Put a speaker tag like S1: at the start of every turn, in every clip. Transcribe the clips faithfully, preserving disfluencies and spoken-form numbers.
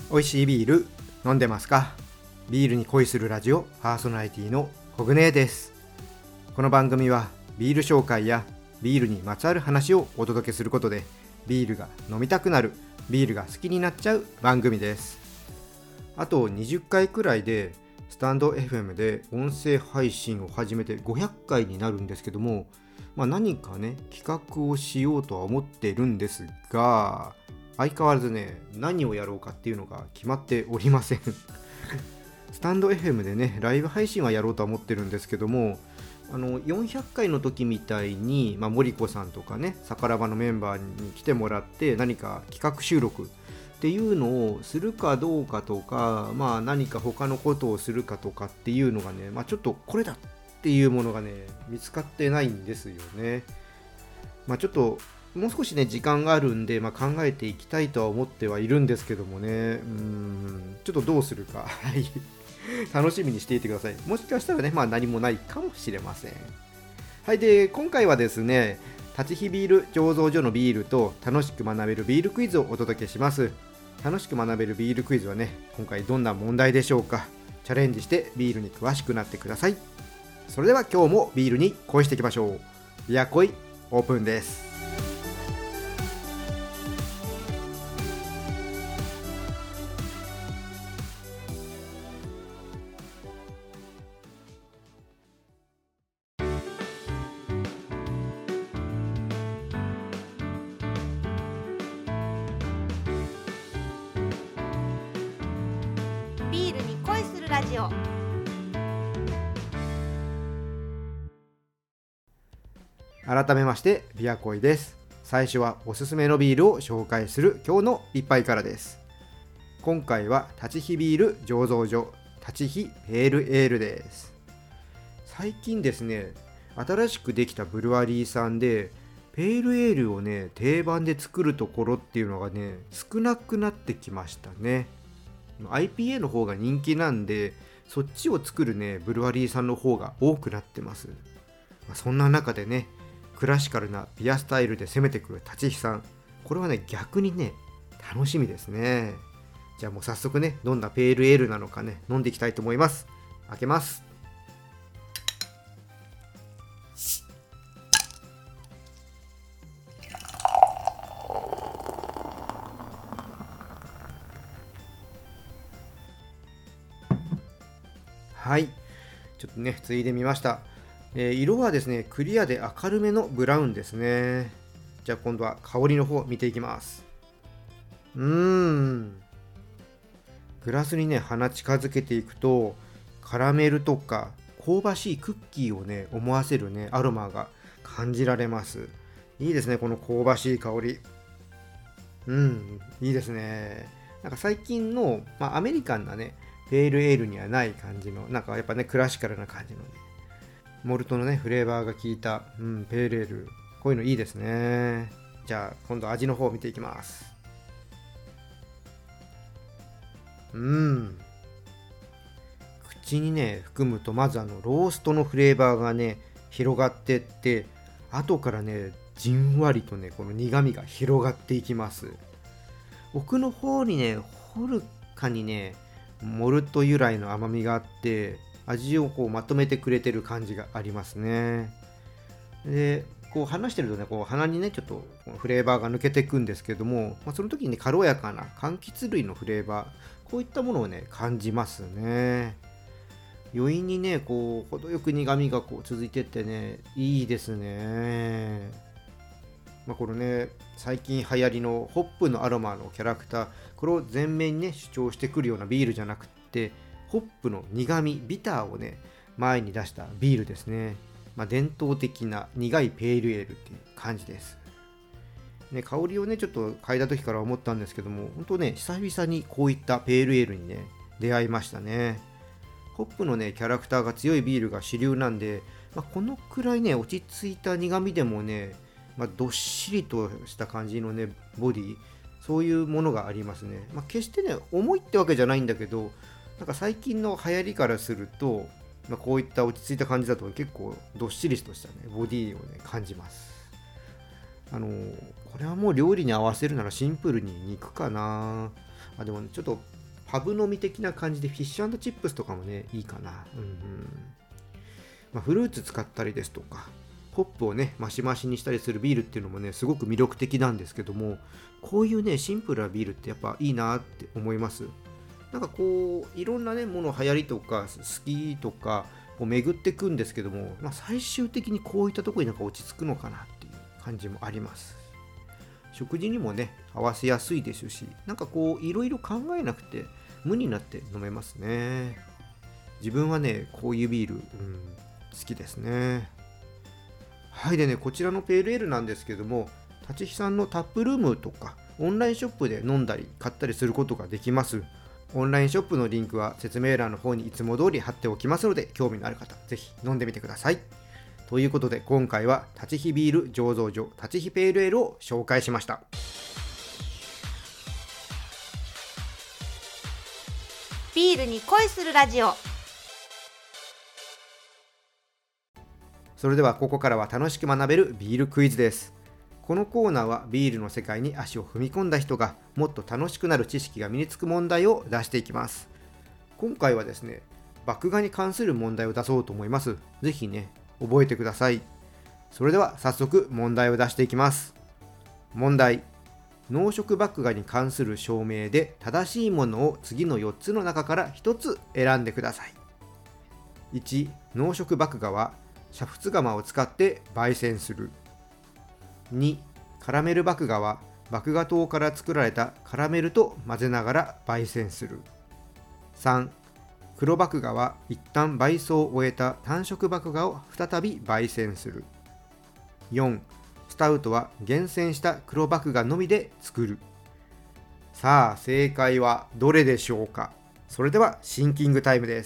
S1: 美味しいビール飲んでますか？ビールに恋するラジオパーソナリティのコグネです。この番組はビール紹介やビールにまつわる話をお届けすることで、ビールが飲みたくなる、ビールが好きになっちゃう番組です。あとにじゅっかいくらいでスタンド エフエム で音声配信を始めてごひゃっかいになるんですけども、まあ、何かね企画をしようとは思っているんですが、相変わらずね何をやろうかっていうのが決まっておりませんスタンド エフエム でねライブ配信はやろうとは思ってるんですけども、あのよんひゃっかいの時みたいに、まあ、森子さんとかねさからばのメンバーに来てもらって何か企画収録っていうのをするかどうかとか、まあ何か他のことをするかとかっていうのがね、まあちょっとこれだっていうものがね見つかってないんですよね。まあちょっともう少しね時間があるんで、まあ、考えていきたいとは思ってはいるんですけどもね、うーんちょっとどうするかはい楽しみにしていてください。もしかしたらねまあ何もないかもしれません。はい。で今回はですね、立ち火ビール醸造所のビールと楽しく学べるビールクイズをお届けします。楽しく学べるビールクイズはね、今回どんな問題でしょうか。チャレンジしてビールに詳しくなってください。それでは今日もビールに恋していきましょう。ビア恋オープンです。
S2: ビールに恋するラジオ。
S1: 改めましてビア恋です。最初はおすすめのビールを紹介する今日の一杯からです。今回は立ち火ビール醸造所立ち火ペールエールです。最近ですね、新しくできたブルワリーさんでペールエールをね定番で作るところっていうのがね少なくなってきましたね。 アイピーエー の方が人気なんで、そっちを作るねブルワリーさんの方が多くなってます。まあ、そんな中でねクラシカルなビアスタイルで攻めてくる立ち火さん、これはね逆にね楽しみですね。じゃあもう早速ねどんなペールエールなのかね飲んでいきたいと思います。開けます。はい、ちょっとねついでみました。えー色はですねクリアで明るめのブラウンですね。じゃあ今度は香りの方見ていきます。うーんグラスにね鼻近づけていくと、カラメルとか香ばしいクッキーをね思わせるねアロマが感じられます。いいですねこの香ばしい香り。うんいいですね。なんか最近の、まあ、アメリカンなねペールエールにはない感じの、なんかやっぱねクラシカルな感じのねモルトのねフレーバーが効いた、うん、ペールエール、こういうのいいですね。じゃあ今度味の方を見ていきます。うん口にね含むと、まずあのローストのフレーバーがね広がってって、後からねじんわりとねこの苦味が広がっていきます。奥の方にねほるかにねモルト由来の甘みがあって、味をこうまとめてくれてる感じがありますね。でこう話してるとねこう鼻にねちょっとフレーバーが抜けていくんですけども、まあ、その時に、ね、軽やかな柑橘類のフレーバー、こういったものをね感じますね。余韻にねこう程よく苦味がこう続いてってねいいですね。まあ、このね最近流行りのホップのアロマのキャラクター、これを前面にね主張してくるようなビールじゃなくって、ホップの苦味ビターをね前に出したビールですね。まあ、伝統的な苦いペールエールっていう感じです、ね、香りをねちょっと嗅いだ時から思ったんですけども、本当ね久々にこういったペールエールにね出会いましたね。ホップのねキャラクターが強いビールが主流なんで、まあ、このくらいね落ち着いた苦味でもね、まあ、どっしりとした感じのねボディ、そういうものがありますね。まあ、決してね重いってわけじゃないんだけど、なんか最近の流行りからすると、まあ、こういった落ち着いた感じだと結構どっしりとしたねボディをね感じます。あのーこれはもう料理に合わせるならシンプルに肉かなあ。でも、ね、ちょっとパブ飲み的な感じでフィッシュ&チップスとかもねいいかな。うんうん。まあ、フルーツ使ったりですとかホップをねマシマシにしたりするビールっていうのもねすごく魅力的なんですけども、こういうねシンプルなビールってやっぱいいなって思います。なんかこういろんなねもの流行りとか好きとかこう巡ってくんですけども、まあ、最終的にこういったところになんか落ち着くのかなっていう感じもあります。食事にもね合わせやすいですし、なんかこういろいろ考えなくて無になって飲めますね。自分はねこういうビール、うん、好きですね。はい。でね、こちらのペールエールなんですけども、立ちさんのタップルームとかオンラインショップで飲んだり買ったりすることができます。オンラインショップのリンクは説明欄の方にいつも通り貼っておきますので、興味のある方ぜひ飲んでみてください。ということで今回は立ち火ビール醸造所立ち火ペールエールを紹介しました。
S2: ビールに恋するラジオ。
S1: それではここからは楽しく学べるビールクイズです。このコーナーはビールの世界に足を踏み込んだ人がもっと楽しくなる知識が身につく問題を出していきます。今回はですね、麦芽に関する問題を出そうと思います。ぜひね、覚えてください。それでは早速問題を出していきます。問題。濃色麦芽に関する証明で正しいものを次のよっつの中からひとつ選んでください。いち. 濃色麦芽は煮沸釜を使って焙煎する。に. カラメル麦芽は麦芽糖から作られたカラメルと混ぜながら焙煎する。さん. 黒麦芽は一旦焙煎を終えた単色麦芽を再び焙煎する。よん. スタウトは厳選した黒麦芽のみで作る。さあ正解はどれでしょうか。それではシンキングタイムです。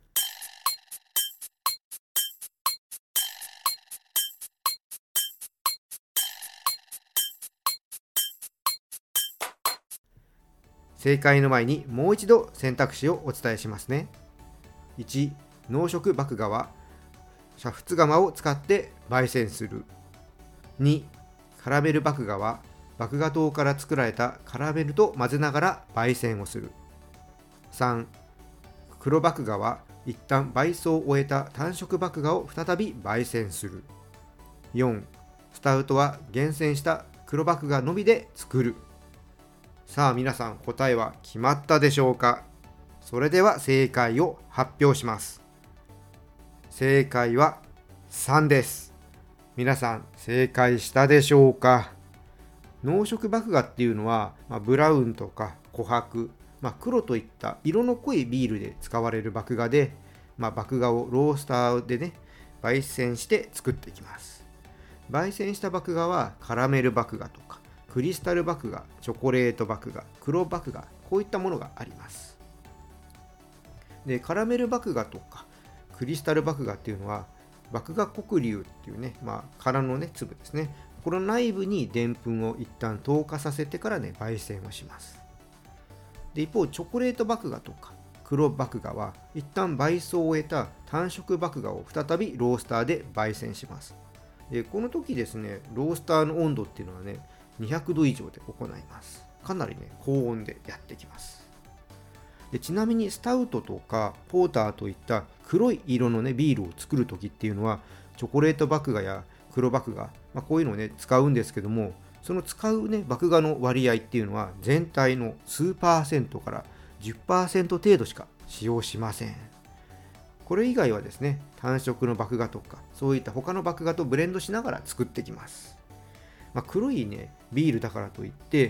S1: 正解の前にもう一度選択肢をお伝えしますね。いち. 濃色麦芽は煮沸釜を使って焙煎する。に. カラメル麦芽は麦芽糖から作られたカラメルと混ぜながら焙煎をする。さん. 黒麦芽は一旦焙煎を終えた単色麦芽を再び焙煎する。よん. スタウトは厳選した黒麦芽のみで作る。さあ皆さん答えは決まったでしょうか。それでは正解を発表します。正解はさんです。皆さん正解したでしょうか。濃色麦芽っていうのは、まあ、ブラウンとか琥珀、まあ、黒といった色の濃いビールで使われる麦芽で、まあ、麦芽をロースターでね焙煎して作っていきます。焙煎した麦芽はカラメル麦芽とかクリスタル麦芽、チョコレート麦芽、黒麦芽、こういったものがあります。で、カラメル麦芽とかクリスタル麦芽っていうのは麦芽黒粒っていうね、まあ、殻のね粒ですね。この内部にでんぷんを一旦糖化させてからね焙煎をします。で、一方チョコレート麦芽とか黒麦芽は一旦焙煎を終えた単色麦芽を再びロースターで焙煎します。で、この時ですね、ロースターの温度っていうのはねにひゃくど以上で行います。かなりね高温でやってきます。で、ちなみにスタウトとかポーターといった黒い色のねビールを作る時っていうのはチョコレート麦芽や黒麦芽、まあ、こういうのをね使うんですけども、その使うね麦芽の割合っていうのは全体の数パーセントから じゅっパーセント 程度しか使用しません。これ以外はですね単色の麦芽とかそういった他の麦芽とブレンドしながら作ってきます。まあ、黒いねビールだからといって、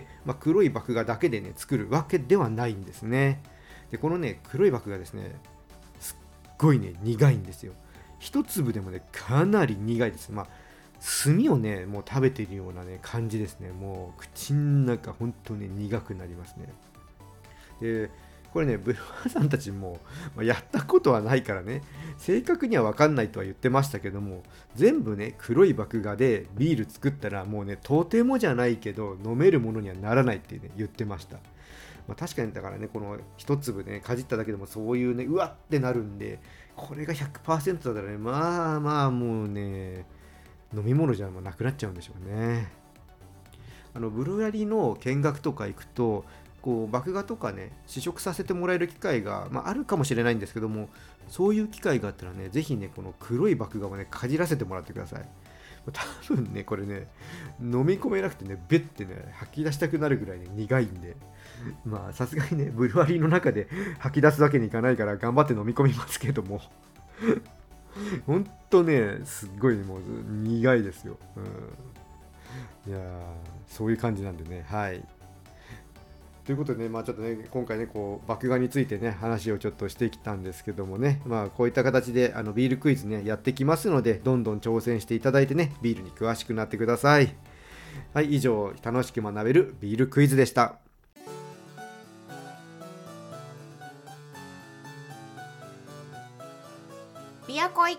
S1: まあ、黒い麦芽だけでね作るわけではないんですね。で、このね黒い麦芽ですね、すっごいね苦いんですよ。一粒でもねかなり苦いです。まあ炭をねもう食べているようなね感じですね。もう口の中本当に苦くなりますね。で、これねブルワーさんたちも、まあ、やったことはないからね正確には分かんないとは言ってましたけども、全部ね黒い麦芽でビール作ったらもうねとてもじゃないけど飲めるものにはならないって、ね、言ってました。まあ、確かにだからねこの一粒ねかじっただけでもそういうねうわってなるんで、これが ひゃくパーセント だったらねまあまあもうね飲み物じゃなくなっちゃうんでしょうね。あのブルガリの見学とか行くとこう麦芽とかね試食させてもらえる機会が、まあ、あるかもしれないんですけども、そういう機会があったらね、ぜひねこの黒い麦芽をねかじらせてもらってください。多分ねこれね飲み込めなくてねべってね吐き出したくなるぐらいね苦いんで、まあさすがにねブルワリーの中で吐き出すわけにいかないから頑張って飲み込みますけどもほんとねすっごいもう苦いですよ、うん、いやーそういう感じなんでね。はいということでね、まあちょっとね、今回ね、こう、麦芽についてね、話をちょっとしてきたんですけどもね、まあこういった形で、あの、ビールクイズね、やってきますので、どんどん挑戦していただいてね、ビールに詳しくなってください。はい、以上、楽しく学べるビールクイズでした。
S2: ビアコイ。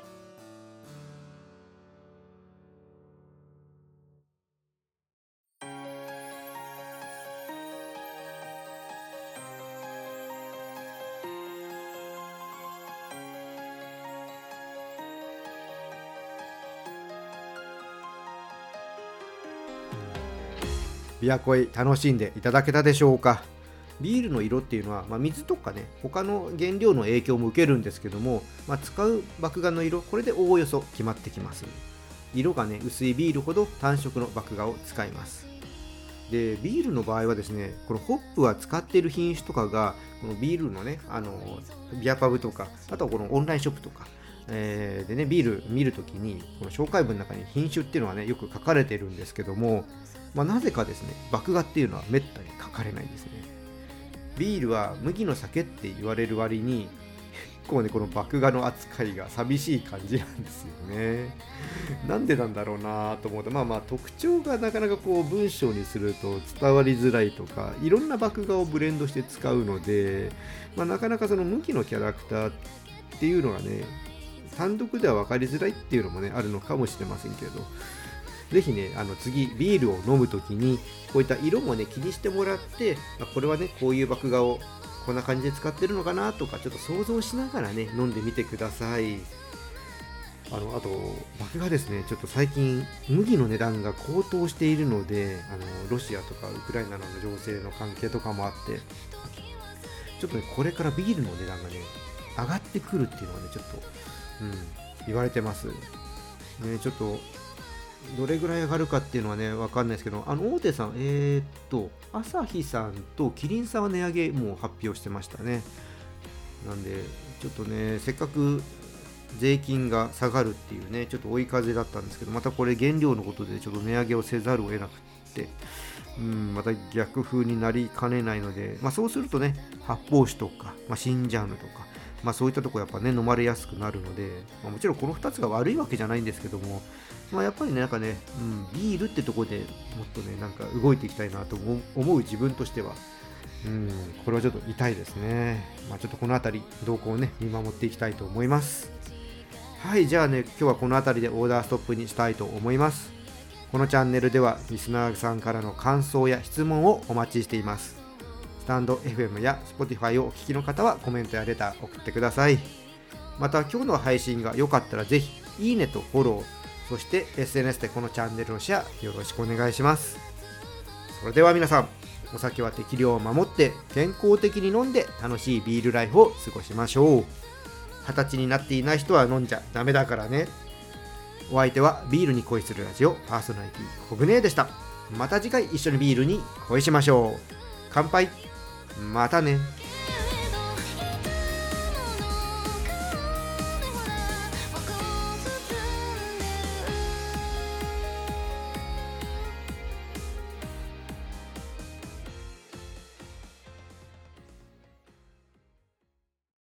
S1: ビアコイ楽しんでいただけたでしょうか。ビールの色っていうのは、まあ、水とかね他の原料の影響も受けるんですけども、まあ、使う麦芽の色これでおおよそ決まってきます。色がね薄いビールほど単色の麦芽を使います。でビールの場合はですね、このホップは使っている品種とかがこのビールのねあのビアパブとか、あとはこのオンラインショップとか、えー、でねビール見るときにこの紹介文の中に品種っていうのはねよく書かれてるんですけども、まあ、なぜかですね麦芽っていうのはめったに書かれないんですね。ビールは麦の酒って言われる割に結構ねこの麦芽の扱いが寂しい感じなんですよね。なんでなんだろうなと思うと、まあまあ特徴がなかなかこう文章にすると伝わりづらいとか、いろんな麦芽をブレンドして使うので、まあ、なかなかその麦のキャラクターっていうのがね単独では分かりづらいっていうのもねあるのかもしれませんけど、ぜひね、あの次ビールを飲むときにこういった色もね気にしてもらって、まあ、これはねこういう麦芽をこんな感じで使ってるのかなとかちょっと想像しながらね飲んでみてください。あのあと麦芽ですね、ちょっと最近麦の値段が高騰しているので、あのロシアとかウクライナの情勢の関係とかもあってちょっとねこれからビールの値段がね上がってくるっていうのはねちょっと、うん、言われてますね。ちょっとどれぐらい上がるかっていうのはね分かんないですけど、あの大手さんえー、っとアサヒさんとキリンさんは値上げもう発表してましたね。なんでちょっとねせっかく税金が下がるっていうねちょっと追い風だったんですけど、またこれ原料のことでちょっと値上げをせざるを得なくってうん、また逆風になりかねないので、まあ、そうするとね発泡酒とか、まあ、新ジャンルとか、まあ、そういったところやっぱね飲まれやすくなるので、まあ、もちろんこのふたつが悪いわけじゃないんですけども、まあ、やっぱりねなんかね、うん、ビールってところでもっとねなんか動いていきたいなと思う自分としては、うん、これはちょっと痛いですね。まあ、ちょっとこのあたり動向をね見守っていきたいと思います。はい、じゃあね今日はこのあたりでオーダーストップにしたいと思います。このチャンネルではリスナーさんからの感想や質問をお待ちしています。スタンド エフエム や Spotify をお聞きの方はコメントやレター送ってください。また今日の配信が良かったらぜひいいねとフォロー、そして エスエヌエス でこのチャンネルのシェアよろしくお願いします。それでは皆さん、お酒は適量を守って健康的に飲んで楽しいビールライフを過ごしましょう。二十歳になっていない人は飲んじゃダメだからね。お相手はビールに恋するラジオパーソナリティコグネーでした。また次回一緒にビールに恋しましょう。乾杯。またね。